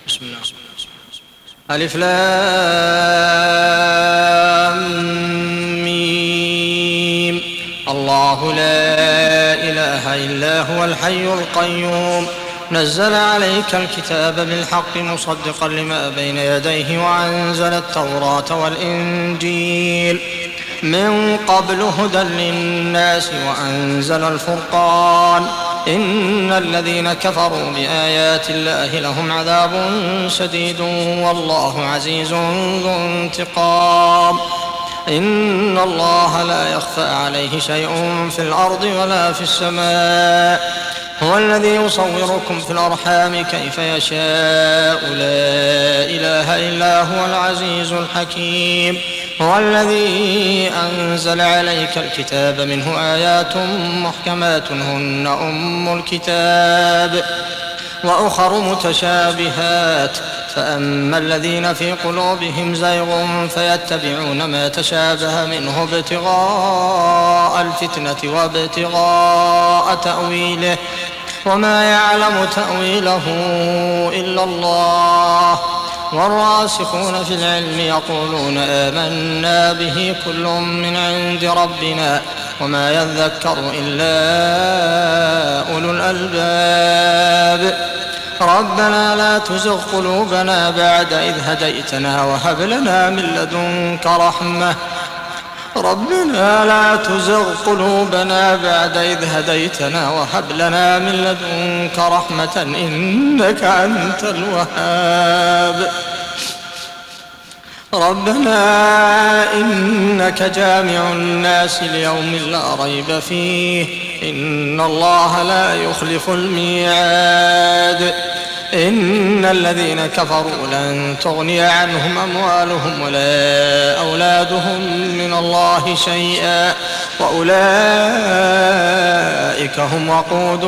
بسم الله. ألف لام ميم. الله لا إله إلا هو الحي القيوم نزل عليك الكتاب بالحق مصدقا لما بين يديه وأنزل التوراة والإنجيل من قبل هدى للناس وأنزل الفرقان إن الذين كفروا بآيات الله لهم عذاب شديد والله عزيز ذو انتقام. إن الله لا يخفى عليه شيء في الأرض ولا في السماء هو الذي يصوركم في الأرحام كيف يشاء لا إله إلا هو العزيز الحكيم. هو الذي أنزل عليك الكتاب منه آيات محكمات هن أم الكتاب وأخر متشابهات فأما الذين في قلوبهم زيغ فيتبعون ما تشابه منه ابتغاء الفتنة وابتغاء تأويله وما يعلم تأويله إلا الله والراسخون في العلم يقولون آمنا به كل من عند ربنا وما يذكر إلا أولو الألباب. ربنا لا تزغ قلوبنا بعد إذ هديتنا وهب لنا من لدنك رحمة ربنا لا تزغ قلوبنا بعد إذ هديتنا وهب لنا من لدنك رحمة إنك أنت الوهاب. ربنا إنك جامع الناس ليوم لا ريب فيه إن الله لا يخلف الميعاد. إن الذين كفروا لن تغني عنهم أموالهم ولا أولادهم من الله شيئا وأولئك هم وقود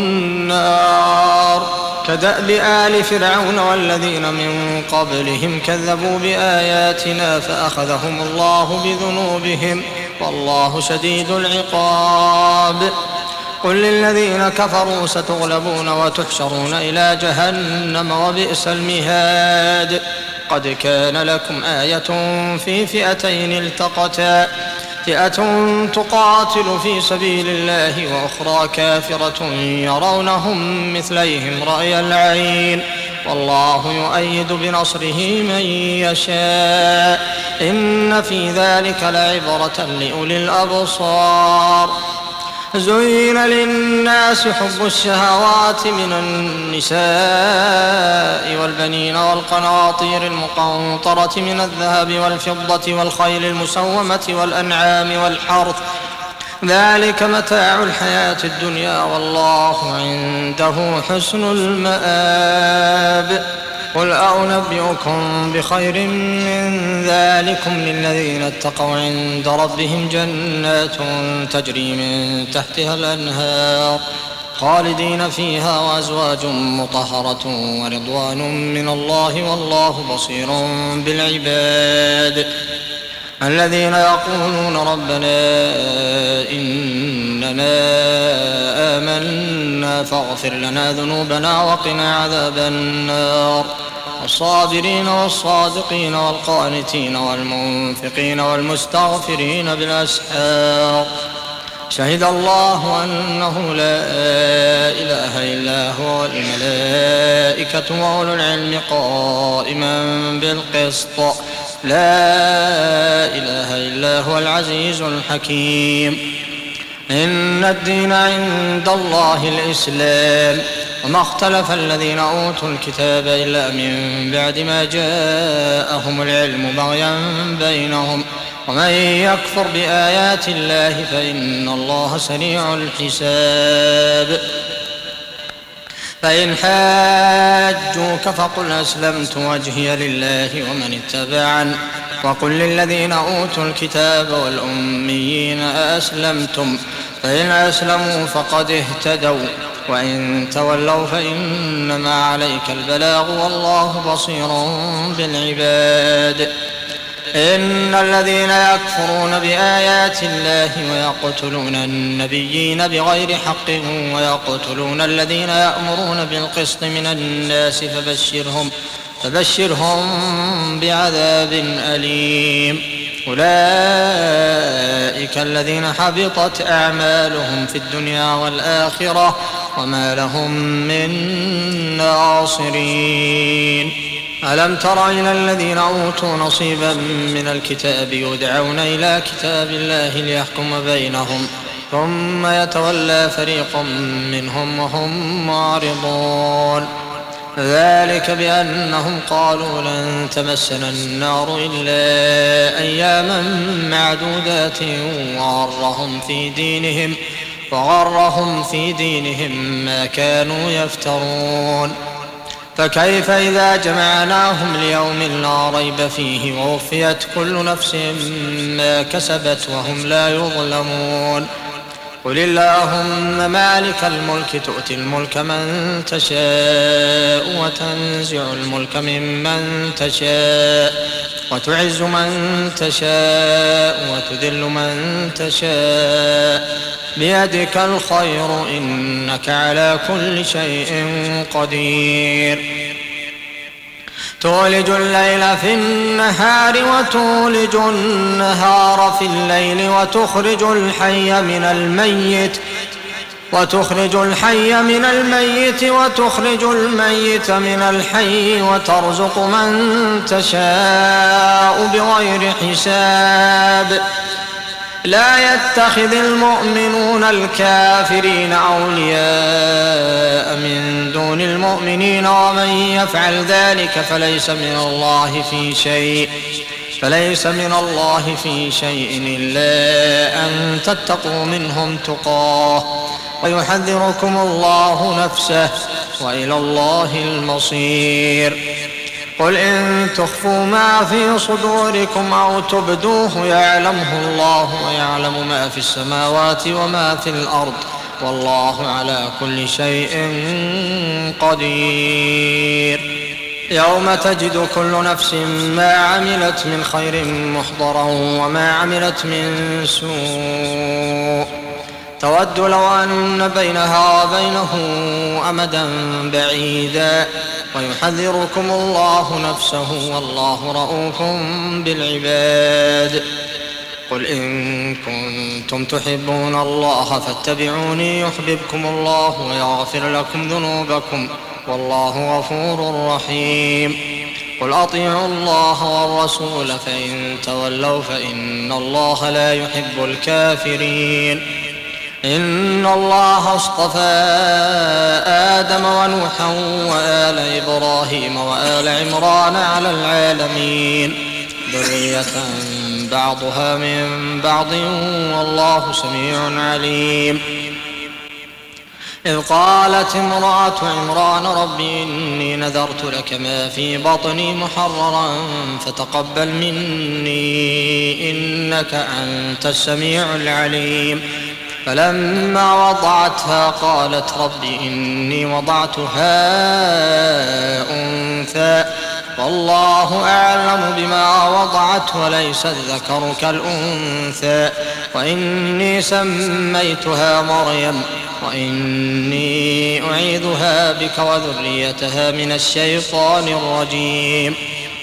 النار. كدأب آل فرعون والذين من قبلهم كذبوا بآياتنا فأخذهم الله بذنوبهم والله شديد العقاب. قل للذين كفروا ستغلبون وتحشرون إلى جهنم وبئس المهاد. قد كان لكم آية في فئتين التقتا فئة تقاتل في سبيل الله وأخرى كافرة يرونهم مثليهم رأي العين والله يؤيد بنصره من يشاء إن في ذلك لعبرة لأولي الأبصار. زين للناس حب الشهوات من النساء والبنين والقناطير المقنطرة من الذهب والفضة والخيل المسومة والأنعام والحرث ذلك متاع الحياة الدنيا والله عنده حسن المآب. قل أنبئكم بخير من ذلكم للذين اتقوا عند ربهم جنات تجري من تحتها الأنهار خالدين فيها وأزواج مطهرة ورضوان من الله والله بصير بالعباد. الذين يقولون ربنا إننا آمنا فاغفر لنا ذنوبنا وقنا عذاب النار. الصابرين والصادقين والقانتين والمنفقين والمستغفرين بالأسحار. شهد الله أنه لا إله إلا هو الملائكة وأولو العلم قائما بالقسط لا إله إلا هو العزيز الحكيم. إن الدين عند الله الإسلام وما اختلف الذين أوتوا الكتاب إلا من بعد ما جاءهم العلم بغيا بينهم ومن يكفر بآيات الله فإن الله سريع الحساب. فإن حاجوك فقل أسلمت وجهي لله ومن اتبعني وقل للذين أوتوا الكتاب والأميين أسلمتم فإن أسلموا فقد اهتدوا وإن تولوا فإنما عليك البلاغ والله بصير بالعباد. إن الذين يكفرون بآيات الله ويقتلون النبيين بغير حق ويقتلون الذين يأمرون بالقسط من الناس فبشرهم بعذاب أليم. أولئك الذين حبطت أعمالهم في الدنيا والآخرة وما لهم من ناصرين. ألم تر إلى الذين أوتوا نصيبا من الكتاب يدعون إلى كتاب الله ليحكم بينهم ثم يتولى فريق منهم وهم معرضون. ذلك بأنهم قالوا لن تمسنا النار إلا أياما معدودات وغرهم في دينهم ما كانوا يفترون. فكيف إذا جمعناهم ليوم لا ريب فيه ووفيت كل نفس ما كسبت وهم لا يظلمون. قل اللهم مالك الملك تؤتي الملك من تشاء وتنزع الملك ممن تشاء وتعز من تشاء وتذل من تشاء بيدك الخير إنك على كل شيء قدير. تولج الليل في النهار وتولج النهار في الليل وتخرج الحي من الميت وتخرج الميت من الحي وترزق من تشاء بغير حساب. لا يتخذ المؤمنون الكافرين أولياء من دون المؤمنين ومن يفعل ذلك فليس من الله في شيء إلا أن تتقوا منهم تقاه ويحذركم الله نفسه وإلى الله المصير. قل إن تخفوا ما في صدوركم أو تبدوه يعلمه الله ويعلم ما في السماوات وما في الأرض والله على كل شيء قدير. يوم تجد كل نفس ما عملت من خير محضرا وما عملت من سوء تود لو أن بينها وبينه أمدا بعيدا ويحذركم الله نفسه والله رؤوف بالعباد. قل إن كنتم تحبون الله فاتبعوني يحببكم الله ويغفر لكم ذنوبكم والله غفور رحيم. قل أطيعوا الله والرسول فإن تولوا فإن الله لا يحب الكافرين. إن الله اصطفى آدم ونوحا وآل إبراهيم وآل عمران على العالمين ذرية بعضها من بعض والله سميع عليم. إذ قالت امرأة عمران رب إني نذرت لك ما في بطني محررا فتقبل مني إنك أنت السميع العليم. فلما وضعتها قالت رب إني وضعتها أنثى والله أعلم بما وضعت وليس الذكر كالأنثى وإني سميتها مريم وإني أعيذها بك وذريتها من الشيطان الرجيم.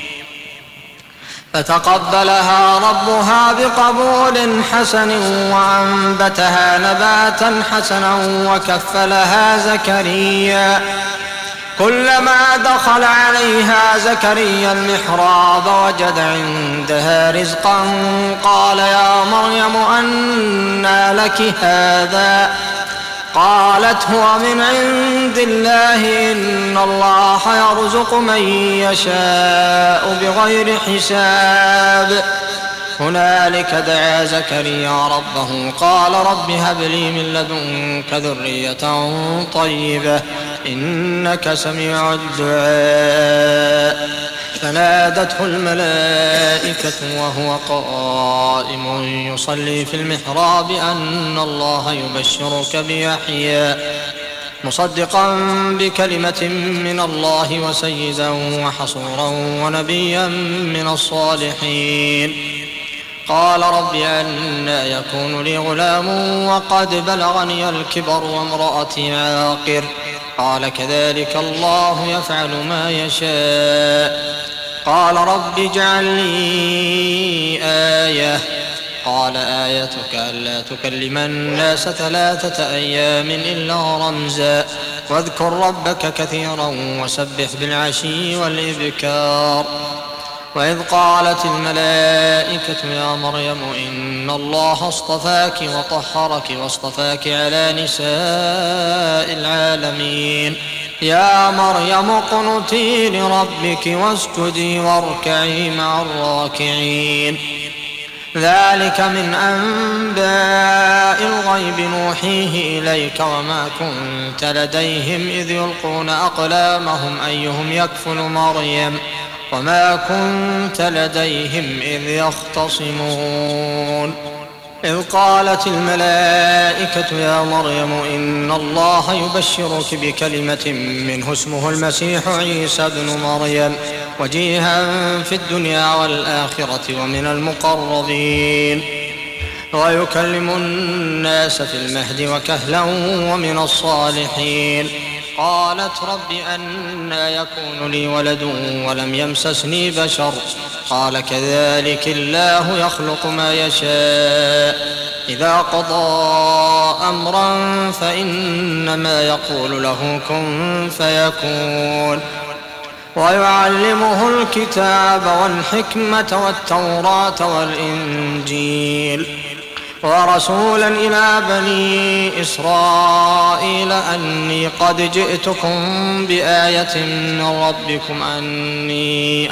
فتقبلها ربها بقبول حسن وأنبتها نباتا حسنا وكفلها زكريا. كلما دخل عليها زكريا المحراب وجد عندها رزقا قال يا مريم أنى لك هذا؟ قالت هو من عند الله إن الله يرزق من يشاء بغير حساب. هنالك دعا زكريا ربه قال رب هب لي من لدنك ذرية طيبة إنك سميع الدعاء. فنادته الملائكة وهو قائم يصلي في المحراب أن الله مصدقا بكلمة من الله وسيدا وحصورا ونبيا من الصالحين. قال رب أنى يكون لي غلام وقد بلغني الكبر وامرأتي عاقر. قال كذلك الله يفعل ما يشاء. قال رب اجعل لي آية. قال آيتك ألا تكلم الناس 3 أيام إلا رمزا واذكر ربك كثيرا وسبح بالعشي والإبكار. وإذ قالت الملائكة يا مريم إن الله اصطفاك وطهرك واصطفاك على نساء العالمين يا مريم اقنتي لربك واسجدي واركعي مع الراكعين. ذلك من أنباء الغيب نوحيه إليك وما كنت لديهم إذ يلقون أقلامهم أيهم يكفل مريم وما كنت لديهم إذ يختصمون. إذ قالت الملائكة يا مريم إن الله يبشرك بكلمة منه اسمه المسيح عيسى ابن مريم وجيها في الدنيا والآخرة ومن المقربين ويكلم الناس في المهد وكهلا ومن الصالحين. قالت رب أنى يكون لي ولد ولم يمسسني بشر. قال كذلك الله يخلق ما يشاء إذا قضى أمرا فإنما يقول له كن فيكون. ويعلمه الكتاب والحكمة والتوراة والإنجيل ورسولا إلى بني إسرائيل أني قد جئتكم بآية من ربكم أني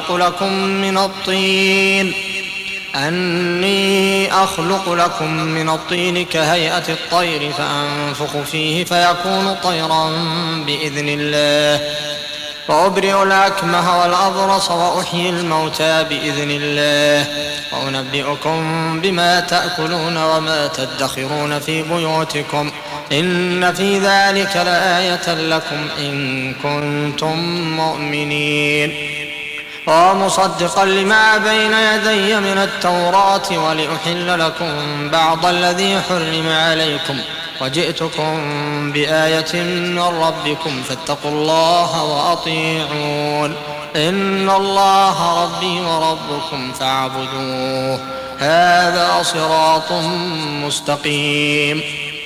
أخلق لكم من الطين كهيئة الطير فأنفخ فيه فيكون طيرا بإذن الله وأبرئ الأكمه والأبرص وأحيي الموتى بإذن الله وأنبئكم بما تأكلون وما تدخرون في بيوتكم إن في ذلك لآية لكم إن كنتم مؤمنين. ومصدقا لما بين يدي من التوراة ولأحل لكم بعض الذي حرم عليكم وجئتكم بآية من ربكم فاتقوا الله وأطيعون إن الله ربي وربكم فاعبدوه هذا صراط مستقيم.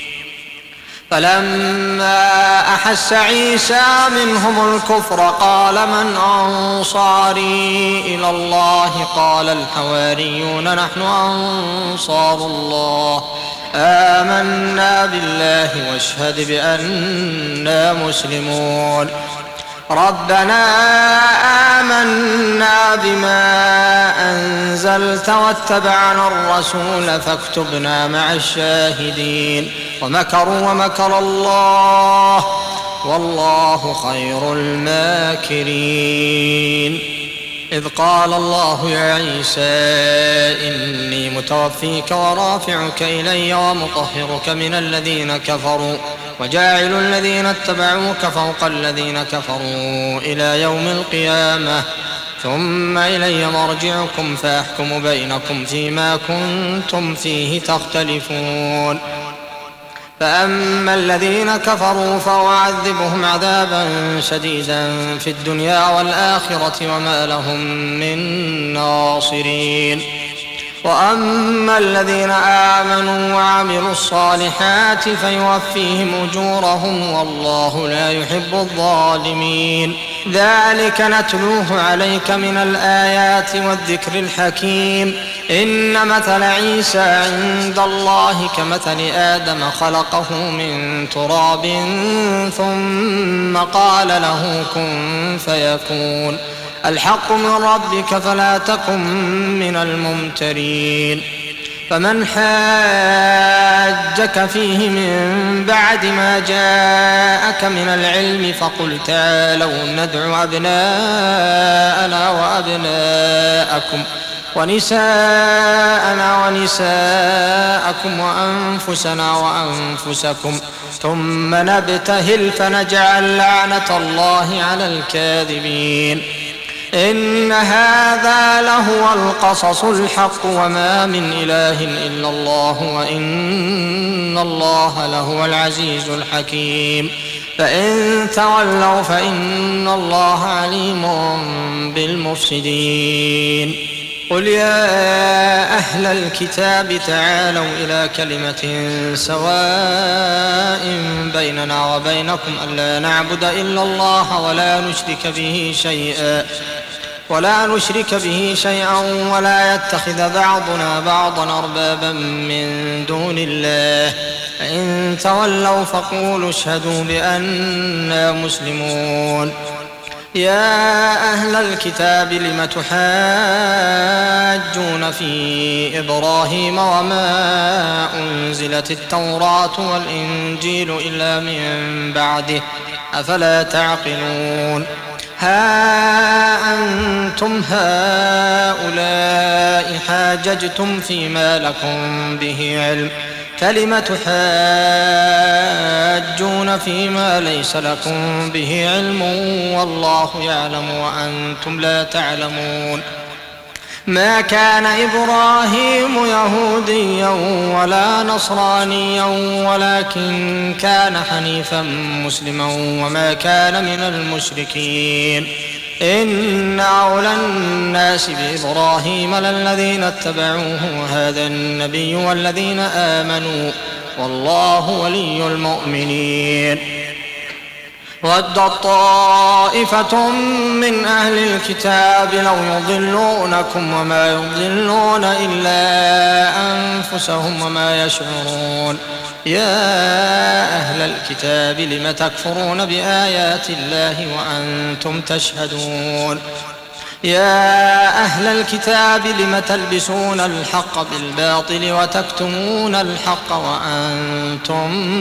فلما أحس عيسى منهم الكفر قال من أنصاري إلى الله قال الحواريون نحن أنصار الله آمنا بالله واشهد بأننا مسلمون. ربنا آمنا بما أنزلت واتبعنا الرسول فاكتبنا مع الشاهدين. ومكروا ومكر الله والله خير الماكرين. إذ قال الله يا عيسى إني متوفيك ورافعك إلي ومطهرك من الذين كفروا وجاعل الذين اتبعوك فوق الذين كفروا إلى يوم القيامة ثم إلي مرجعكم فأحكم بينكم فيما كنتم فيه تختلفون. فأما الذين كفروا فأعذبهم عذابا شديدا في الدنيا والآخرة وما لهم من ناصرين. وأما الذين آمنوا وعملوا الصالحات فيوفيهم أجورهم والله لا يحب الظالمين. ذلك نتلوه عليك من الآيات والذكر الحكيم. إن مثل عيسى عند الله كمثل آدم خلقه من تراب ثم قال له كن فيكون. الحق من ربك فلا تكن من الممترين. فمن حاجك فيه من بعد ما جاءك من العلم فقل تعالوا ندع أبناءنا ونساءنا ونساءكم وأنفسنا وأنفسكم ثم نبتهل فنجعل لعنة الله على الكاذبين. إن هذا لهو القصص الحق وما من إله إلا الله وإن الله لهو العزيز الحكيم. فإن تولوا فإن الله عليم بالمفسدين. قل يا أهل الكتاب تعالوا إلى كلمة سواء بيننا وبينكم ألا نعبد إلا الله ولا نشرك به شيئا ولا يتخذ بعضنا بعضا أربابا من دون الله. فإن تولوا فقولوا اشهدوا بأننا مسلمون. يا أهل الكتاب لم تحاجون في إبراهيم وما أنزلت التوراة والإنجيل إلا من بعده أفلا تعقلون. ها أنتم هؤلاء حاججتم فيما لكم به علم فلم تحاجون فيما ليس لكم به علم والله يعلم وأنتم لا تعلمون. ما كان إبراهيم يهوديا ولا نصرانيا ولكن كان حنيفا مسلما وما كان من المشركين. إن أولى الناس بإبراهيم للذين اتبعوه وهذا النبي والذين آمنوا والله ولي المؤمنين. ودت طائفة من أهل الكتاب لو يضلونكم وما يضلون إلا أنفسهم وما يشعرون. يا أهل الكتاب لم تكفرون بآيات الله وأنتم تشهدون. يا أهل الكتاب لم تلبسون الحق بالباطل وتكتمون الحق وأنتم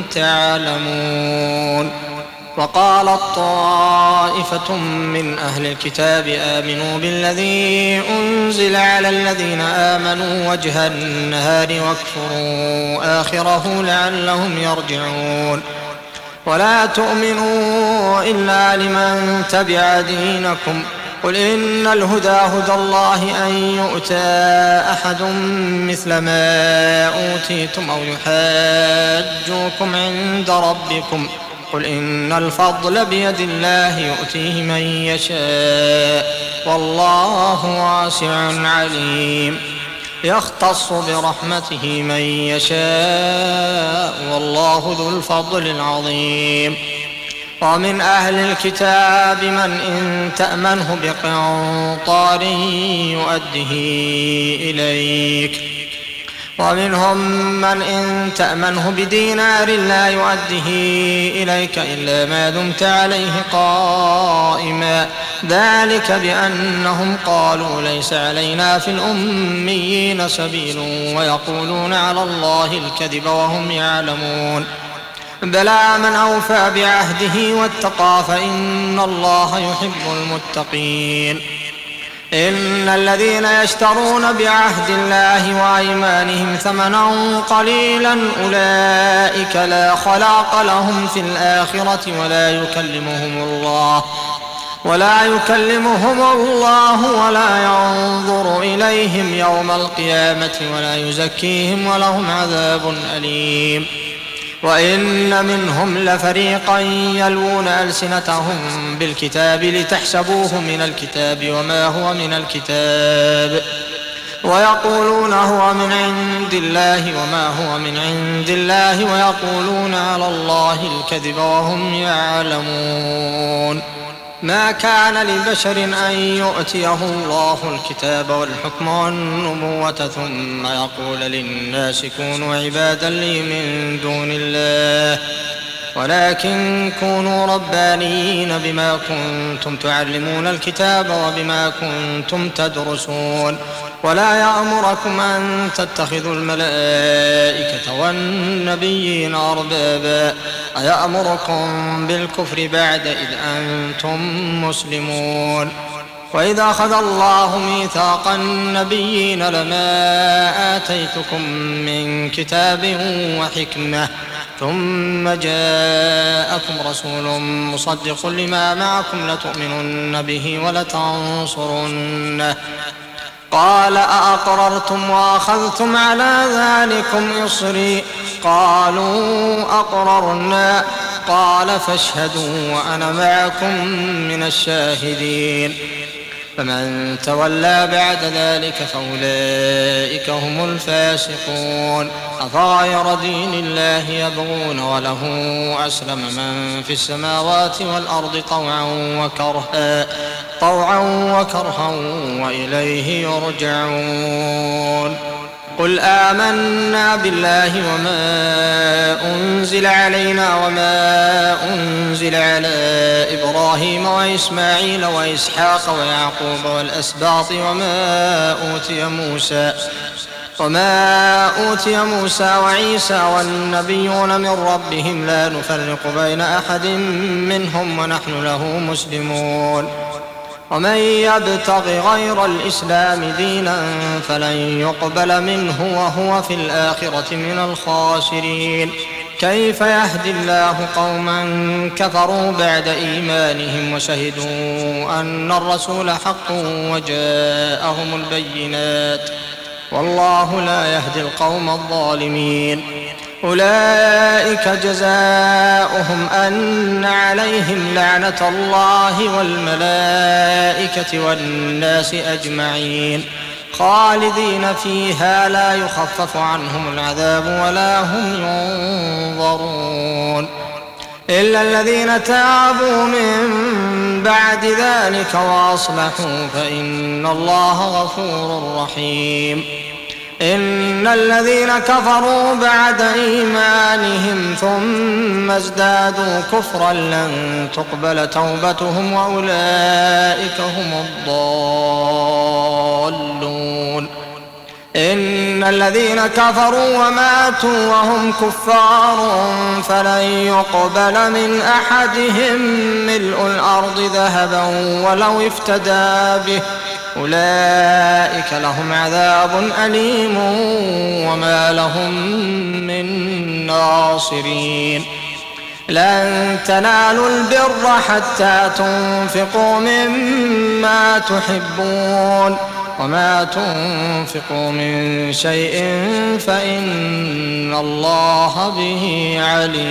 تعلمون. وقالت طائفة من أهل الكتاب آمنوا بالذي أنزل على الذين آمنوا وجه النهار واكفروا آخره لعلهم يرجعون. ولا تؤمنوا إلا لمن تبع دينكم قل إن الهدى هدى الله أن يؤتى أحد مثل ما أوتيتم أو يحاجوكم عند ربكم قل إن الفضل بيد الله يؤتيه من يشاء والله واسع عليم. يختص برحمته من يشاء والله ذو الفضل العظيم. ومن أهل الكتاب من إن تأمنه بقنطار يؤده إليك ومنهم من إن تأمنه بدينار لا يؤده إليك إلا ما دمت عليه قائما ذلك بأنهم قالوا ليس علينا في الأميين سبيل ويقولون على الله الكذب وهم يعلمون. بلى من أوفى بعهده واتقى فإن الله يحب المتقين. إن الذين يشترون بعهد الله وأيمانهم ثمنا قليلا أولئك لا خلاق لهم في الآخرة ولا يكلمهم الله ولا ينظر إليهم يوم القيامة ولا يزكيهم ولهم عذاب أليم. وإن منهم لفريقا يلوون ألسنتهم بالكتاب لتحسبوه من الكتاب وما هو من الكتاب ويقولون هو من عند الله وما هو من عند الله ويقولون على الله الكذب وهم يعلمون. ما كان لبشر أن يؤتيه الله الكتاب والحكم والنبوة ثم يقول للناس كونوا عبادا لي من دون الله ولكن كونوا ربانيين بما كنتم تعلمون الكتاب وبما كنتم تدرسون. ولا يأمركم أن تتخذوا الملائكة والنبيين أربابا أيأمركم بالكفر بعد إذ أنتم مسلمون. وإذا أخذ الله ميثاق النبيين لما آتيتكم من كتاب وحكمة ثم جاءكم رسول مصدق لما معكم لتؤمنن به ولتنصرنه قال أأقررتم وأخذتم على ذلكم إصري قالوا أقررنا قال فاشهدوا وأنا معكم من الشاهدين فمن تولى بعد ذلك فأولئك هم الفاسقون أفغير دين الله يبغون وله أسلم من في السماوات والأرض طوعا وكرها وإليه يرجعون قل آمنا بالله وما أنزل علينا وما أنزل على إبراهيم وإسماعيل وإسحاق ويعقوب والأسباط وما أوتي موسى وعيسى والنبيون من ربهم لا نفرق بين أحد منهم ونحن له مسلمون ومن يبتغ غير الإسلام دينا فلن يقبل منه وهو في الآخرة من الخاسرين كيف يهدي الله قوما كفروا بعد إيمانهم وشهدوا أن الرسول حق وجاءهم البينات والله لا يهدي القوم الظالمين أولئك جزاؤهم أن عليهم لعنة الله والملائكة والناس أجمعين خالدين فيها لا يخفف عنهم العذاب ولا هم ينظرون إلا الذين تابوا من بعد ذلك وأصلحوا فإن الله غفور رحيم إن الذين كفروا بعد إيمانهم ثم ازدادوا كفرا لن تقبل توبتهم وأولئك هم الضالون إن الذين كفروا وماتوا وهم كفار فلن يقبل من أحدهم ملء الأرض ذهبا ولو افتدى به أولئك لهم عذاب أليم وما لهم من ناصرين لن تنالوا البر حتى تنفقوا مما تحبون وما تنفقوا من شيء فإن الله به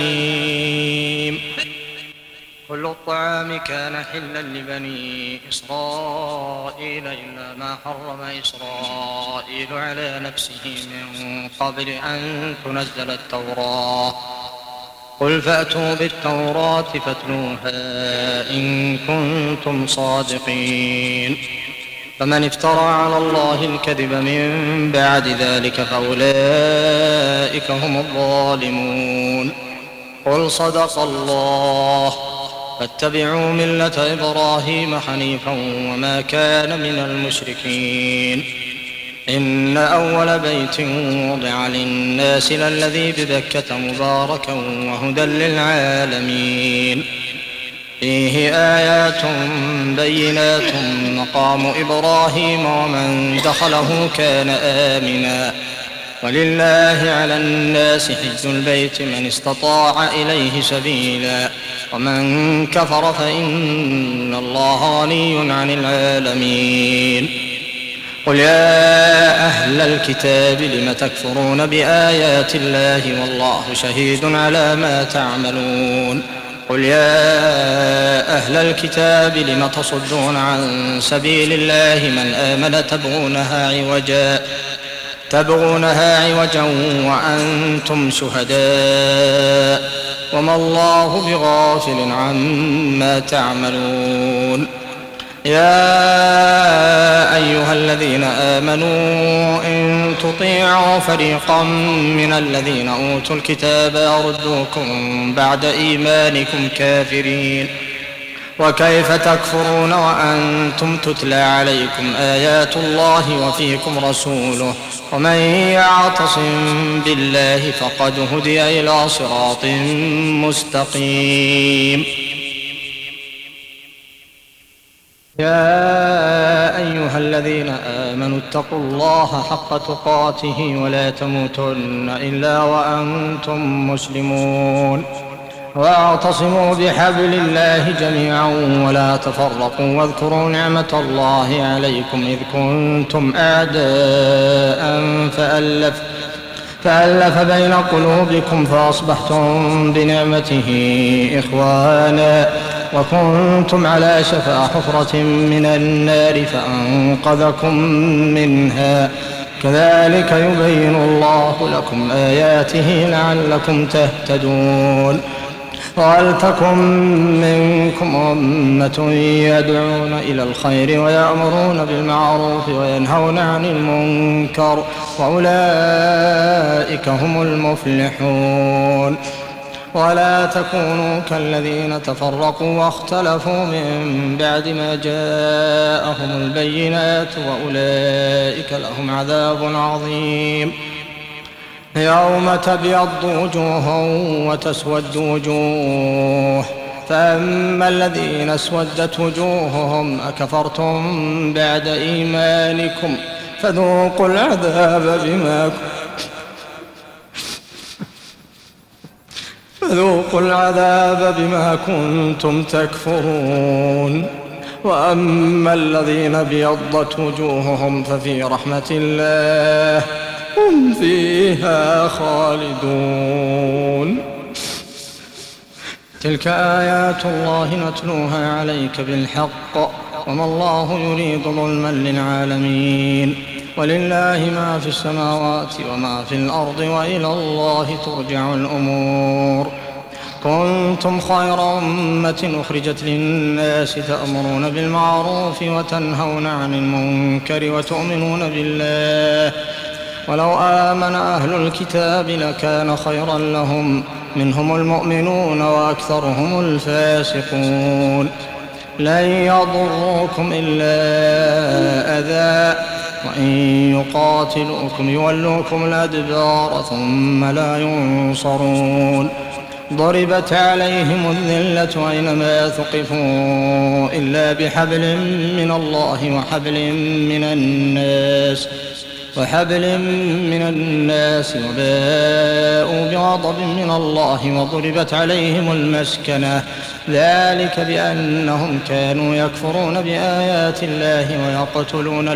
عليم كل الطعام كان حلا لبني إسرائيل إلا ما حرم إسرائيل على نفسه من قبل أن تنزل التوراة قل فأتوا بالتوراة فاتلوها إن كنتم صادقين فمن افترى على الله الكذب من بعد ذلك فأولئك هم الظالمون قل صدق الله فاتبعوا ملة إبراهيم حنيفا وما كان من المشركين إن أول بيت وضع للناس للذي ببكة مباركا وهدى للعالمين فيه آيات بينات مقام إبراهيم ومن دخله كان آمنا ولله على الناس حج البيت من استطاع إليه سبيلا ومن كفر فإن الله غني عن العالمين قل يا أهل الكتاب لم تكفرون بآيات الله والله شهيد على ما تعملون قل يا أهل الكتاب لم تصدون عن سبيل الله من آمن تبغونها عوجا وأنتم شهداء وما الله بغافل عما تعملون يا أيها الذين آمنوا إن تطيعوا فريقا من الذين أوتوا الكتاب يردوكم بعد إيمانكم كافرين وكيف تكفرون وأنتم تتلى عليكم آيات الله وفيكم رسوله ومن يعتصم بالله فقد هدي إلى صراط مستقيم يا أيها الذين آمنوا اتقوا الله حق تقاته ولا تموتن إلا وأنتم مسلمون واعتصموا بحبل الله جميعا ولا تفرقوا واذكروا نعمة الله عليكم إذ كنتم أعداء فألف بين قلوبكم فأصبحتم بنعمته إخوانا وكنتم على شفا حفرة من النار فأنقذكم منها كذلك يبين الله لكم آياته لعلكم تهتدون ولتكن منكم أمة يدعون إلى الخير ويأمرون بالمعروف وينهون عن المنكر وأولئك هم المفلحون ولا تكونوا كالذين تفرقوا واختلفوا من بعد ما جاءهم البينات وأولئك لهم عذاب عظيم يوم تبيض وجوه وتسود وجوه فأما الذين اسودت وجوههم أكفرتم بعد إيمانكم فذوقوا العذاب بما كنتم تكفرون وأما الذين ابيضت وجوههم ففي رحمة الله هم فيها خالدون تلك آيات الله نتلوها عليك بالحق وما الله يريد ظلما للعالمين ولله ما في السماوات وما في الأرض وإلى الله ترجع الأمور كنتم خير أمة أخرجت للناس تأمرون بالمعروف وتنهون عن المنكر وتؤمنون بالله ولو آمن أهل الكتاب لكان خيرا لهم منهم المؤمنون وأكثرهم الفاسقون لن يضروكم إلا أذى وإن يقاتلوكم يولوكم الأدبار ثم لا ينصرون ضربت عليهم الذلة أينما ثقفوا إلا بحبل من الله وحبل من الناس وباءوا بغضب من الله وضربت عليهم المسكنة ذلك بأنهم كانوا يكفرون بآيات الله ويقتلون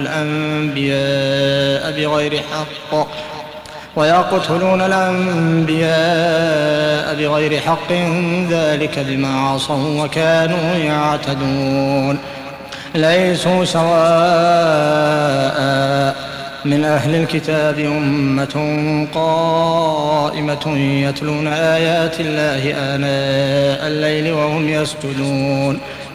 الأنبياء بغير حق ذلك بما عصوا وكانوا يعتدون ليسوا سواء من أهل الكتاب أمة قائمة يتلون آيات الله آناء الليل وهم يسجدون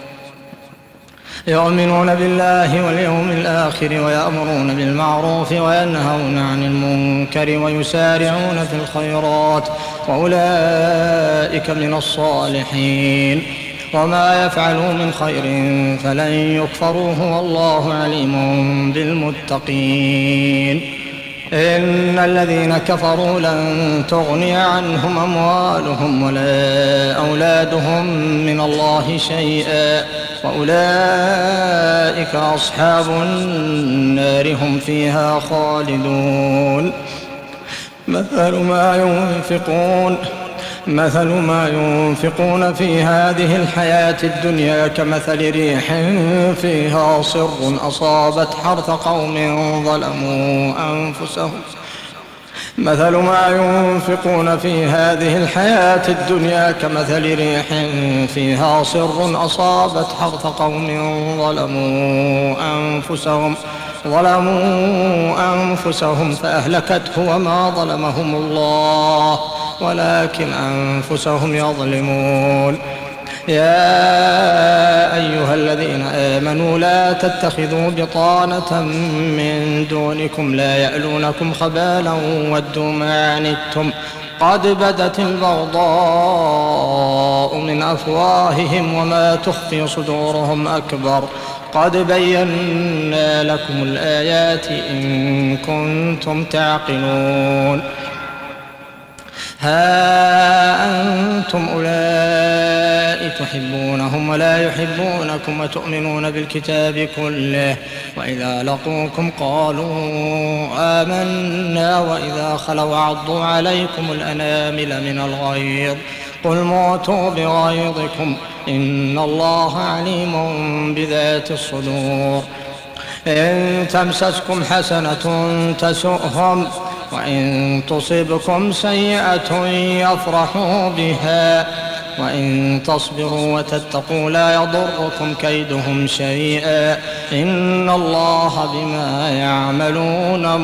يؤمنون بالله واليوم الآخر ويأمرون بالمعروف وينهون عن المنكر ويسارعون في الخيرات وأولئك من الصالحين وما يفعلوا من خير فلن يكفروه والله عليم بالمتقين إن الذين كفروا لن تغني عنهم أموالهم ولا أولادهم من الله شيئا وأولئك أصحاب النار هم فيها خالدون مثل ما ينفقون في هذه الحياة الدنيا كمثل ريح فيها صر أصابت حرث قوم ظلموا أنفسهم مثل ما ينفقون في هذه الحياة الدنيا كمثل ريح فيها صر أصابت حرث قوم ظلموا أنفسهم فأهلكته وما ظلمهم الله ولكن أنفسهم يظلمون يا أيها الذين آمنوا لا تتخذوا بطانة من دونكم لا يألونكم خبالا ودوا ما عنتم قد بدت البغضاء من أفواههم وما تخفي صدورهم أكبر قد بينا لكم الآيات إن كنتم تعقلون ها أنتم أولئك تحبونهم ولا يحبونكم وتؤمنون بالكتاب كله وإذا لقوكم قالوا آمنا وإذا خلوا عضوا عليكم الأنامل من الغيظ قل موتوا بغيظكم إن الله عليم بذات الصدور إن تمسسكم حسنة تسؤهم وإن تصبكم سيئة يفرحوا بها وإن تصبروا وتتقوا لا يضركم كيدهم شيئا إن الله بما يعملون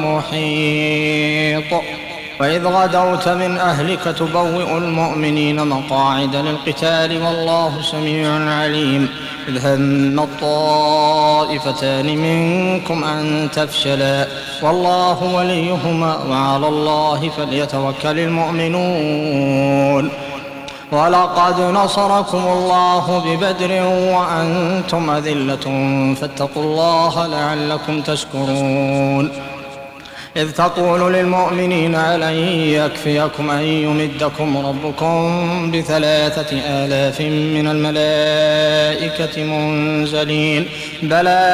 محيط وإذ غدوت من أهلك تبوئ المؤمنين مقاعد للقتال والله سميع عليم إذ هم الطائفتان منكم أن تفشلا والله وليهما وعلى الله فليتوكل المؤمنون ولقد نصركم الله ببدر وأنتم أذلة فاتقوا الله لعلكم تشكرون إذ تقول للمؤمنين ألن يكفيكم أن يمدكم ربكم ب3,000 من الملائكة منزلين بلى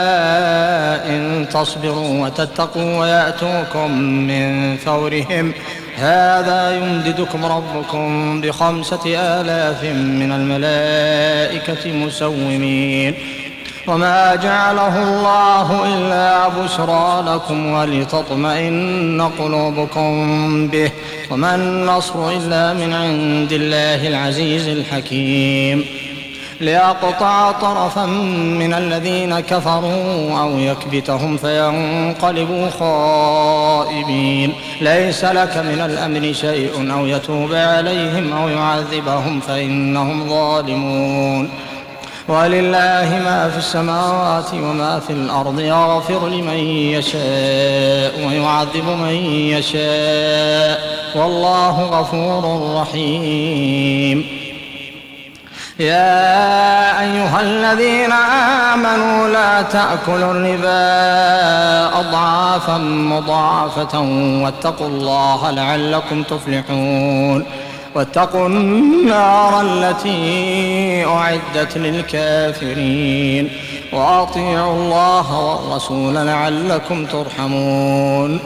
إن تصبروا وتتقوا ويأتوكم من فورهم هذا يمددكم ربكم ب5,000 من الملائكة مسومين وما جعله الله إلا بشرى لكم ولتطمئن قلوبكم به وما النصر إلا من عند الله العزيز الحكيم ليقطع طرفا من الذين كفروا أو يكبتهم فينقلبوا خائبين ليس لك من الأمر شيء أو يتوب عليهم أو يعذبهم فإنهم ظالمون ولله ما في السماوات وما في الأرض يغفر لمن يشاء ويعذب من يشاء والله غفور رحيم يا أيها الذين آمنوا لا تأكلوا الربا أضعافا مضاعفة واتقوا الله لعلكم تفلحون واتقوا النار التي أعدت للكافرين وأطيعوا الله والرسول لعلكم ترحمون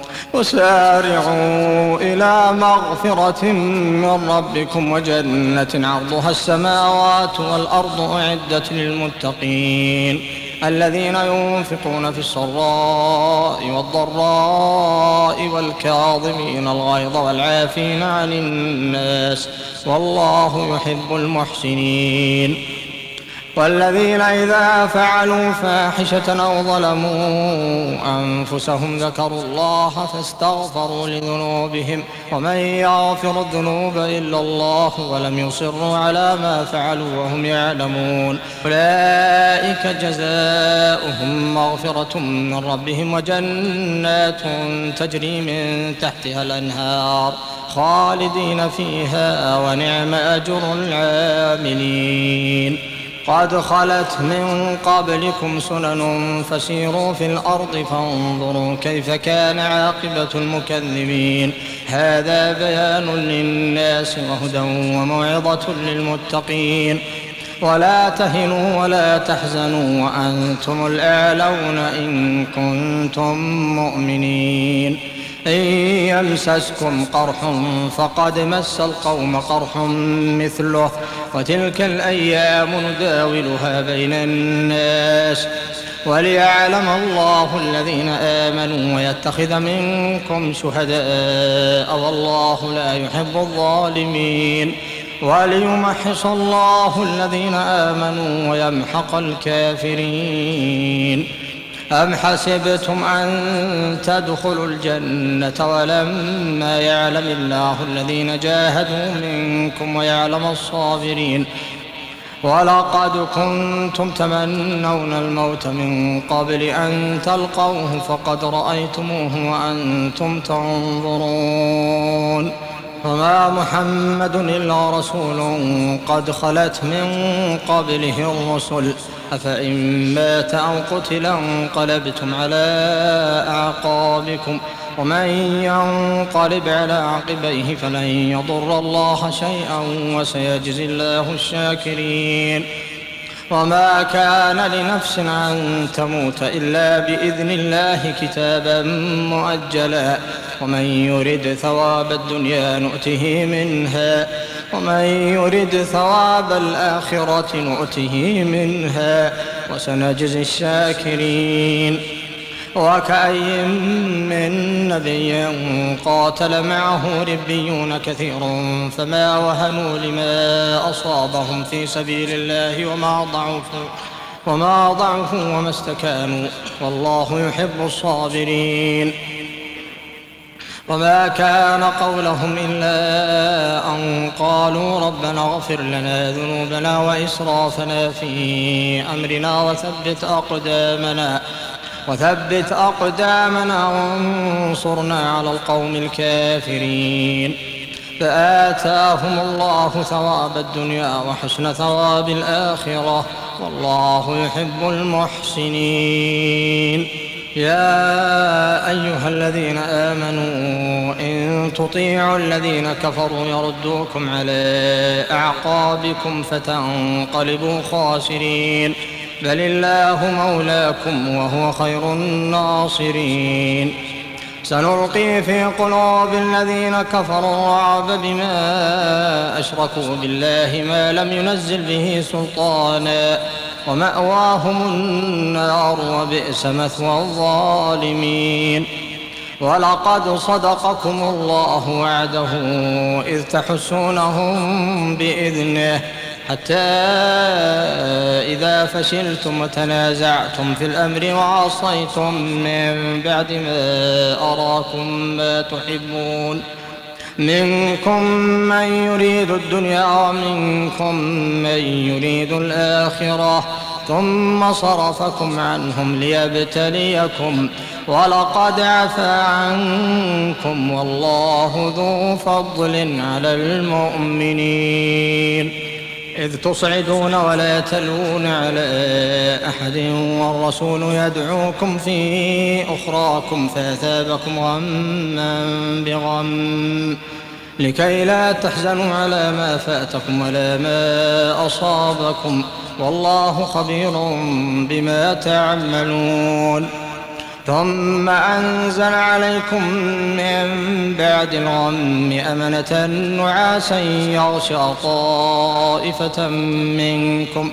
وسارعوا إلى مغفرة من ربكم وجنة عرضها السماوات والأرض أعدت للمتقين الذين ينفقون في السراء والضراء والكاظمين الغيظ والعافين عن الناس والله يحب المحسنين والذين إذا فعلوا فاحشة أو ظلموا أنفسهم ذكروا الله فاستغفروا لذنوبهم ومن يغفر الذنوب إلا الله ولم يصروا على ما فعلوا وهم يعلمون أولئك جزاؤهم مغفرة من ربهم وجنات تجري من تحتها الأنهار خالدين فيها ونعم أجر العاملين قد خلت من قبلكم سنن فسيروا في الأرض فانظروا كيف كان عاقبة المكذبين هذا بيان للناس وهدى وموعظة للمتقين ولا تهنوا ولا تحزنوا وأنتم الأعلون إن كنتم مؤمنين إن يمسسكم قرح فقد مس القوم قرح مثله وتلك الأيام نداولها بين الناس وليعلم الله الذين آمنوا ويتخذ منكم شهداء والله لا يحب الظالمين وليمحص الله الذين آمنوا ويمحق الكافرين أم حسبتم أن تدخلوا الجنة ولما يعلم الله الذين جاهدوا منكم ويعلم الصابرين ولقد كنتم تمنون الموت من قبل أن تلقوه فقد رأيتموه وأنتم تنظرون وما محمد إلا رسول قد خلت من قبله الرسل أفإن مات أو قتل انقلبتم على أعقابكم ومن ينقلب على عقبيه فلن يضر الله شيئا وسيجزي الله الشاكرين. وما كان لنفس أن تموت إلا بإذن الله كتابا مؤجلا ومن يرد ثواب الدنيا نؤته منها ومن يرد ثواب الآخرة نؤته منها وسنجزي الشاكرين. وكأي من نبي قاتل معه ربيون كثير فما وهنوا لما أصابهم في سبيل الله وما ضعفوا وما استكانوا والله يحب الصابرين. وما كان قولهم إلا أن قالوا ربنا اغفر لنا ذنوبنا وإسرافنا في أمرنا وثبت أقدامنا وانصرنا على القوم الكافرين. فآتاهم الله ثواب الدنيا وحسن ثواب الآخرة والله يحب المحسنين. يا أيها الذين آمنوا إن تطيعوا الذين كفروا يردوكم على أعقابكم فتنقلبوا خاسرين بل الله مولاكم وهو خير الناصرين. سنلقي في قلوب الذين كفروا الرعب بما أشركوا بالله ما لم ينزل به سلطانا ومأواهم النار وبئس مثوى الظالمين. ولقد صدقكم الله وعده إذ تحسونهم بإذنه حتى إذا فشلتم وتنازعتم في الأمر وعصيتم من بعد ما أراكم ما تحبون منكم من يريد الدنيا ومنكم من يريد الآخرة ثم صرفكم عنهم ليبتليكم ولقد عفا عنكم والله ذو فضل على المؤمنين. إذ تصعدون ولا تلوون على أحد والرسول يدعوكم في أخراكم فأثابكم غما بغم لكي لا تحزنوا على ما فاتكم ولا ما أصابكم والله خبير بما تعملون. ثم أنزل عليكم من بعد الغم أمنة نعاسا يغشى طائفة منكم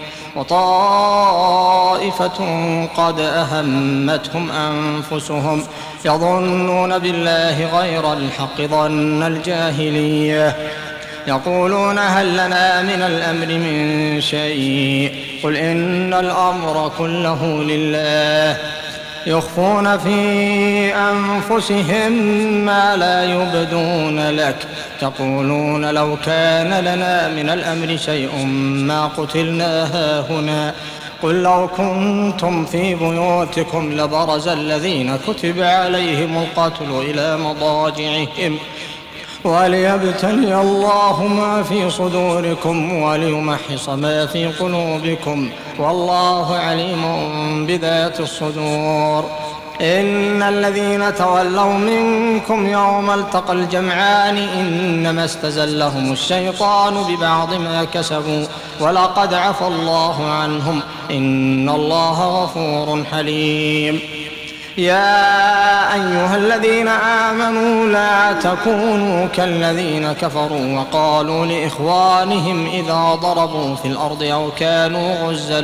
وطائفة قد أهمتهم أنفسهم يظنون بالله غير الحق ظن الجاهلية يقولون هل لنا من الأمر من شيء قل إن الأمر كله لله يخفون في أنفسهم ما لا يبدون لك تقولون لو كان لنا من الأمر شيء ما قتلنا هاهنا قل لو كنتم في بيوتكم لبرز الذين كتب عليهم القتل إلى مضاجعهم وليبتلي الله ما في صدوركم وليمحص ما في قلوبكم والله عليم بذات الصدور. إن الذين تولوا منكم يوم التقى الجمعان إنما استزلهم الشيطان ببعض ما كسبوا ولقد عفى الله عنهم إن الله غفور حليم. يا أيها الذين آمنوا لا تكونوا كالذين كفروا وقالوا لإخوانهم إذا ضربوا في الأرض أو كانوا غزا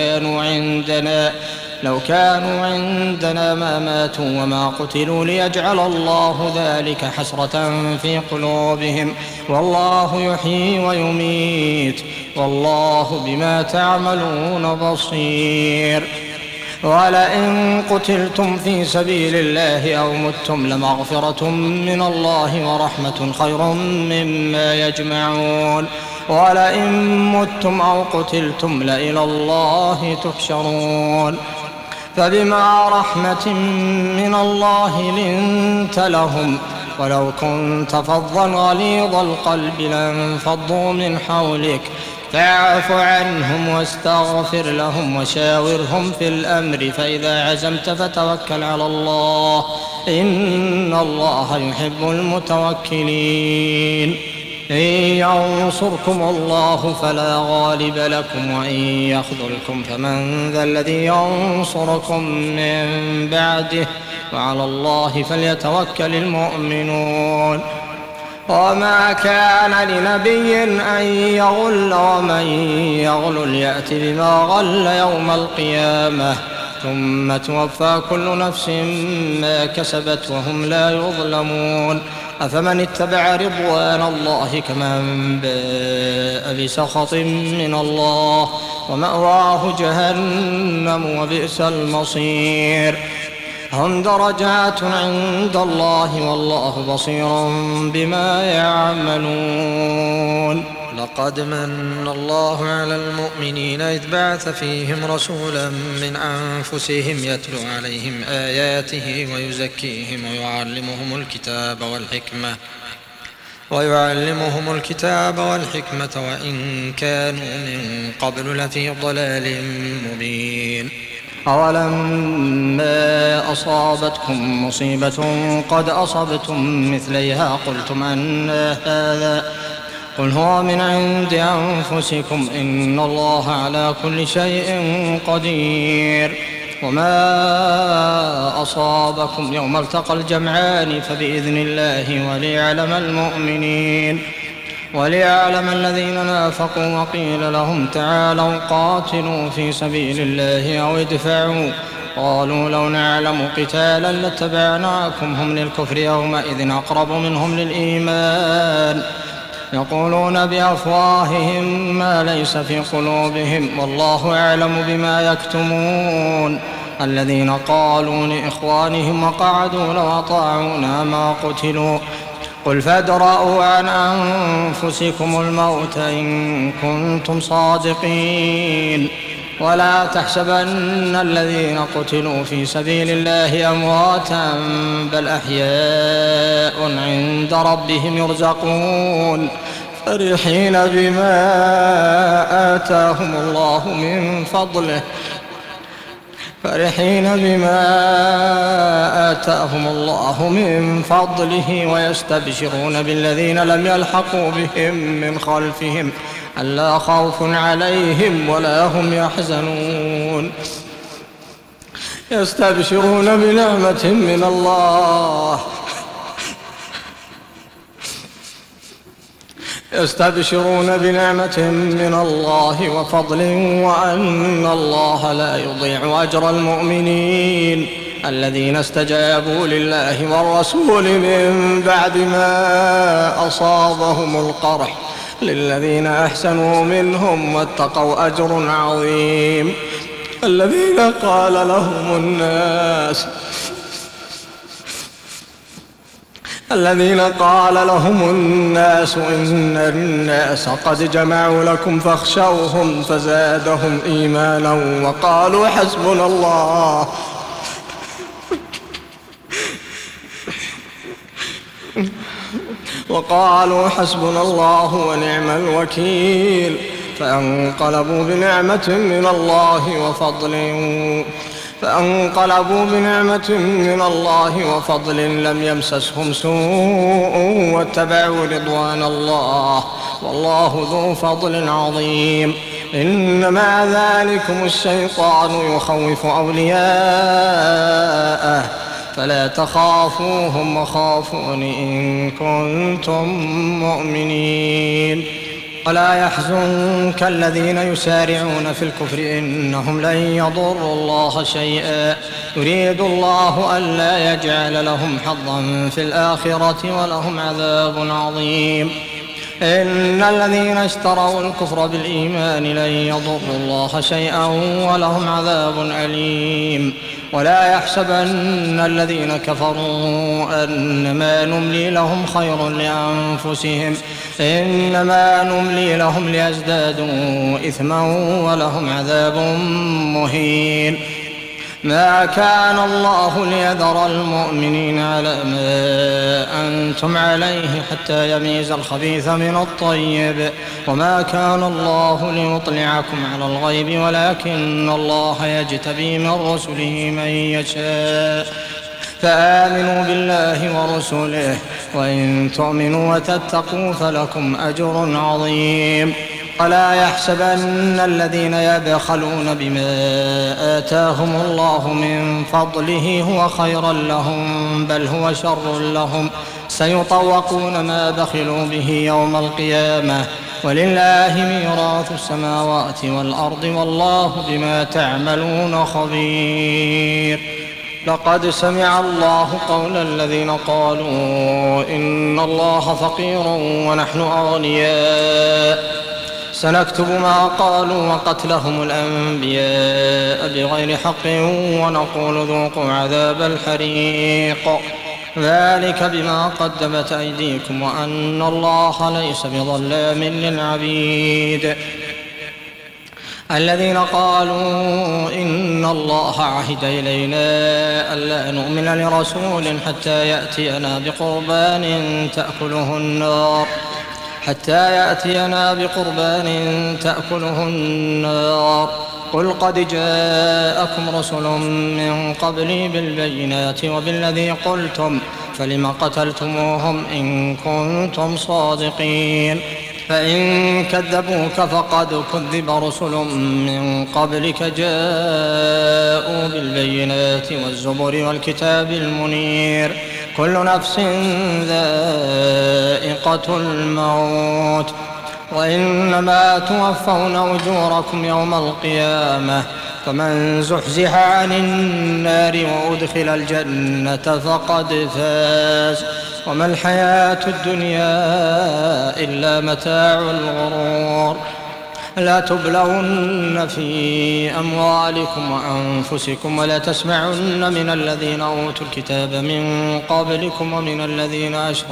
لو كانوا عندنا ما ماتوا وما قتلوا ليجعل الله ذلك حسرة في قلوبهم والله يحيي ويميت والله بما تعملون بصير. ولئن قتلتم في سبيل الله أو متم لمغفرة من الله ورحمة خير مما يجمعون. ولئن متم أو قتلتم لإلى الله تحشرون. فبما رحمة من الله لنت لهم ولو كنت فظا غليظ القلب لانفضوا من حولك فاعف عنهم واستغفر لهم وشاورهم في الأمر، فإذا عزمت فتوكل على الله، إن الله يحب المتوكلين. إن ينصركم الله فلا غالب لكم، وإن يخذلكم فمن ذا الذي ينصركم من بعده، وعلى الله فليتوكل المؤمنون. وما كان لنبي أن يغل، ومن يغل يأت بما غل يوم القيامة، ثم توفى كل نفس ما كسبت وهم لا يظلمون. أفمن اتبع رضوان الله كمن باء بسخط من الله، ومأواه جهنم وبئس المصير. هم درجات عند الله والله بصير بما يعملون. لقد من الله على المؤمنين إذ بعث فيهم رسولا من أنفسهم يتلو عليهم آياته ويزكيهم ويعلمهم الكتاب والحكمة وإن كانوا من قبل لفي ضلال مبين. أولما أصابتكم مصيبة قد أصبتم مثليها قلتم أن هذا، قل هو من عند أنفسكم إن الله على كل شيء قدير. وما أصابكم يوم التقى الجمعان فبإذن الله وليعلم الذين نافقوا، وقيل لهم تعالوا قاتلوا في سبيل الله أو ادفعوا، قالوا لو نعلم قتالا لاتبعناكم هم للكفر يومئذ أقرب منهم للإيمان، يقولون بأفواههم ما ليس في قلوبهم والله أعلم بما يكتمون. الذين قالوا لإخوانهم وقعدوا لو أطاعونا ما قتلوا، قل فادرءوا عن أنفسكم الموت إن كنتم صادقين. ولا تحسبن الذين قتلوا في سبيل الله أمواتا بل أحياء عند ربهم يرزقون، فرحين بما آتاهم الله من فضله ويستبشرون بالذين لم يلحقوا بهم من خلفهم ألا خوف عليهم ولا هم يحزنون. يستبشرون بنعمة من الله وفضل وأن الله لا يضيع أجر المؤمنين الذين استجابوا لله والرسول من بعد ما أصابهم القرح، للذين أحسنوا منهم واتقوا أجر عظيم. الذين قال لهم الناس إن الناس قد جمعوا لكم فاخشوهم فزادهم إيمانا وقالوا حسبنا الله ونعم الوكيل. فانقلبوا بنعمة من الله وفضل لم يمسسهم سوء واتبعوا رضوان الله والله ذو فضل عظيم. إنما ذلكم الشيطان يخوف أولياءه فلا تخافوهم وخافون إن كنتم مؤمنين. ولا يحزنك الذين يسارعون في الكفر إنهم لن يضروا الله شيئا، يريد الله ألا يجعل لهم حظا في الآخرة ولهم عذاب عظيم. إن الذين اشتروا الكفر بالإيمان لن يضروا الله شيئا ولهم عذاب أليم. ولا يحسبن الذين كفروا أنما نملي لهم خير لأنفسهم، إنما نملي لهم ليزدادوا إثما ولهم عذاب مهين. ما كان الله ليذر المؤمنين على ما أنتم عليه حتى يميز الخبيث من الطيب، وما كان الله ليطلعكم على الغيب ولكن الله يجتبي من رسله من يشاء، فآمنوا بالله ورسله وإن تؤمنوا وتتقوا فلكم أجر عظيم. ولا يحسبن الذين يبخلون بما آتاهم الله من فضله هو خيرا لهم بل هو شر لهم، سيطوقون ما بخلوا به يوم القيامة، ولله ميراث السماوات والأرض والله بما تعملون خبير. لقد سمع الله قول الذين قالوا إن الله فقير ونحن أغنياء، سنكتب ما قالوا وقتلهم الأنبياء بغير حق ونقول ذوقوا عذاب الحريق، ذلك بما قدمت أيديكم وأن الله ليس بظلام للعبيد. الذين قالوا إن الله عهد إلينا ألا نؤمن لرسول حتى يأتينا بقربان تأكله النار، قل قد جاءكم رسل من قبلي بالبينات وبالذي قلتم فلم قتلتموهم إن كنتم صادقين، فإن كذبوك فقد كذب رسل من قبلك جاءوا بالبينات والزبر والكتاب المنير، كل نفس ذائقة الموت وإنما توفون أجوركم يوم القيامة، فمن زحزح عن النار وأدخل الجنة فقد فاز، وما الحياة الدنيا إلا متاع الغرور. لا تبلون في أموالكم وأنفسكم ولا تسمعن من الذين أوتوا الكتاب من قبلكم ومن الذين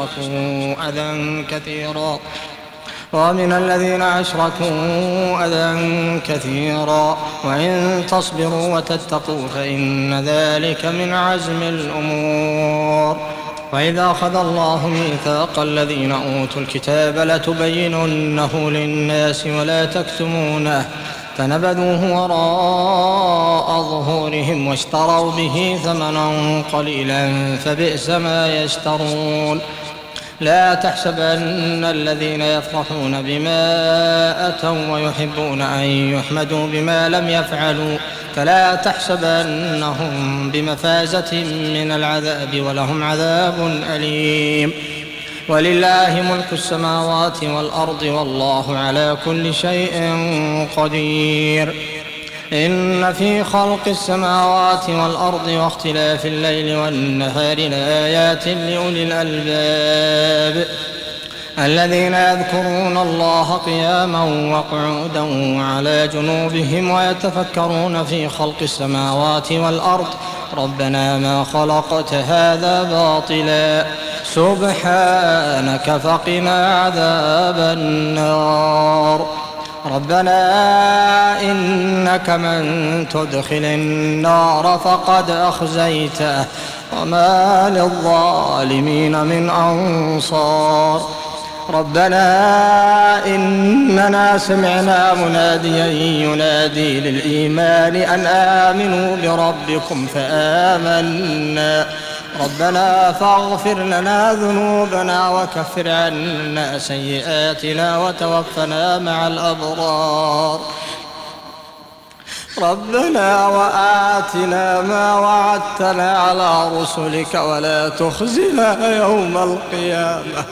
أشركوا أذى كثيرا وإن تصبروا وتتقوا فإن ذلك من عزم الأمور. وإذا أخذ الله ميثاق الذين أوتوا الكتاب لتبيننه للناس ولا تكتمونه فنبذوه وراء ظهورهم واشتروا به ثمنا قليلا فبئس ما يشترون. لا تحسبن الذين يفرحون بما أتوا ويحبون أن يحمدوا بما لم يفعلوا فلا تحسبنهم بمفازة من العذاب ولهم عذاب أليم. ولله ملك السماوات والأرض والله على كل شيء قدير. إن في خلق السماوات والأرض واختلاف الليل والنهار لآيات لأولي الألباب الذين يذكرون الله قياما وقعودا وعلى جنوبهم ويتفكرون في خلق السماوات والأرض ربنا ما خلقت هذا باطلا سبحانك فقنا عذاب النار. ربنا إنك من تدخل النار فقد أخزيته وما للظالمين من أنصار. ربنا إننا سمعنا مناديا ينادي للإيمان أن آمنوا بربكم فآمنا ربنا فاغفر لنا ذنوبنا وكفر عنا سيئاتنا وتوفنا مع الأبرار. ربنا وآتنا ما وعدتنا على رسلك ولا تخزنا يوم القيامة.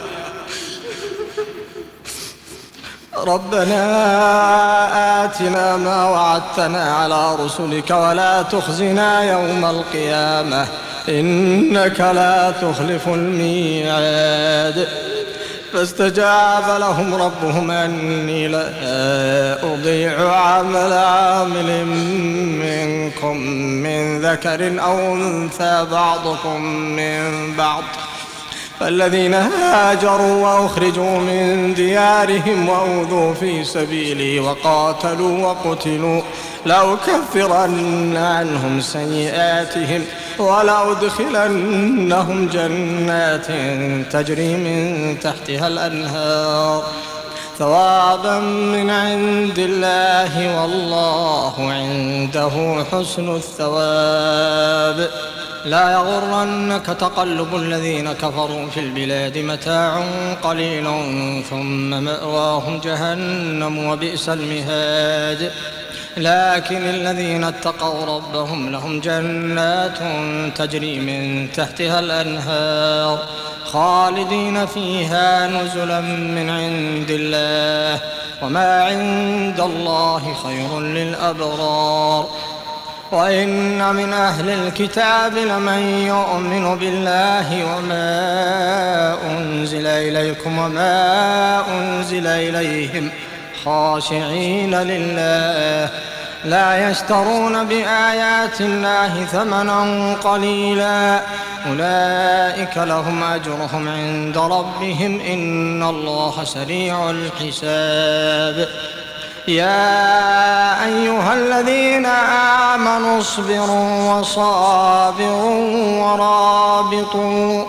ربنا آتنا ما وعدتنا على رسلك ولا تخزنا يوم القيامة إنك لا تخلف الميعاد. فاستجاب لهم ربهم أني لا أضيع عمل عامل منكم من ذكر أو أنثى بعضكم من بعض فالذين هاجروا وأخرجوا من ديارهم وأوذوا في سبيلي وقاتلوا وقتلوا لأكفرن عنهم سيئاتهم ولأدخلنهم جنات تجري من تحتها الأنهار ثوابا من عند الله والله عنده حسن الثواب. لا يغرنك تقلب الذين كفروا في البلاد متاع قليل ثم مأواهم جهنم وبئس المهاد. لكن الذين اتقوا ربهم لهم جنات تجري من تحتها الأنهار خالدين فيها نزلا من عند الله وما عند الله خير للأبرار. وإن من أهل الكتاب لمن يؤمن بالله وما أنزل إليكم وما أنزل إليهم خاشعين لله لا يشترون بآيات الله ثمنا قليلا أولئك لهم أجرهم عند ربهم إن الله سريع الحساب. يا أيها الذين آمنوا اصبروا وصابروا ورابطوا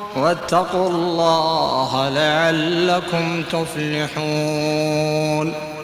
واتقوا الله لعلكم تفلحون.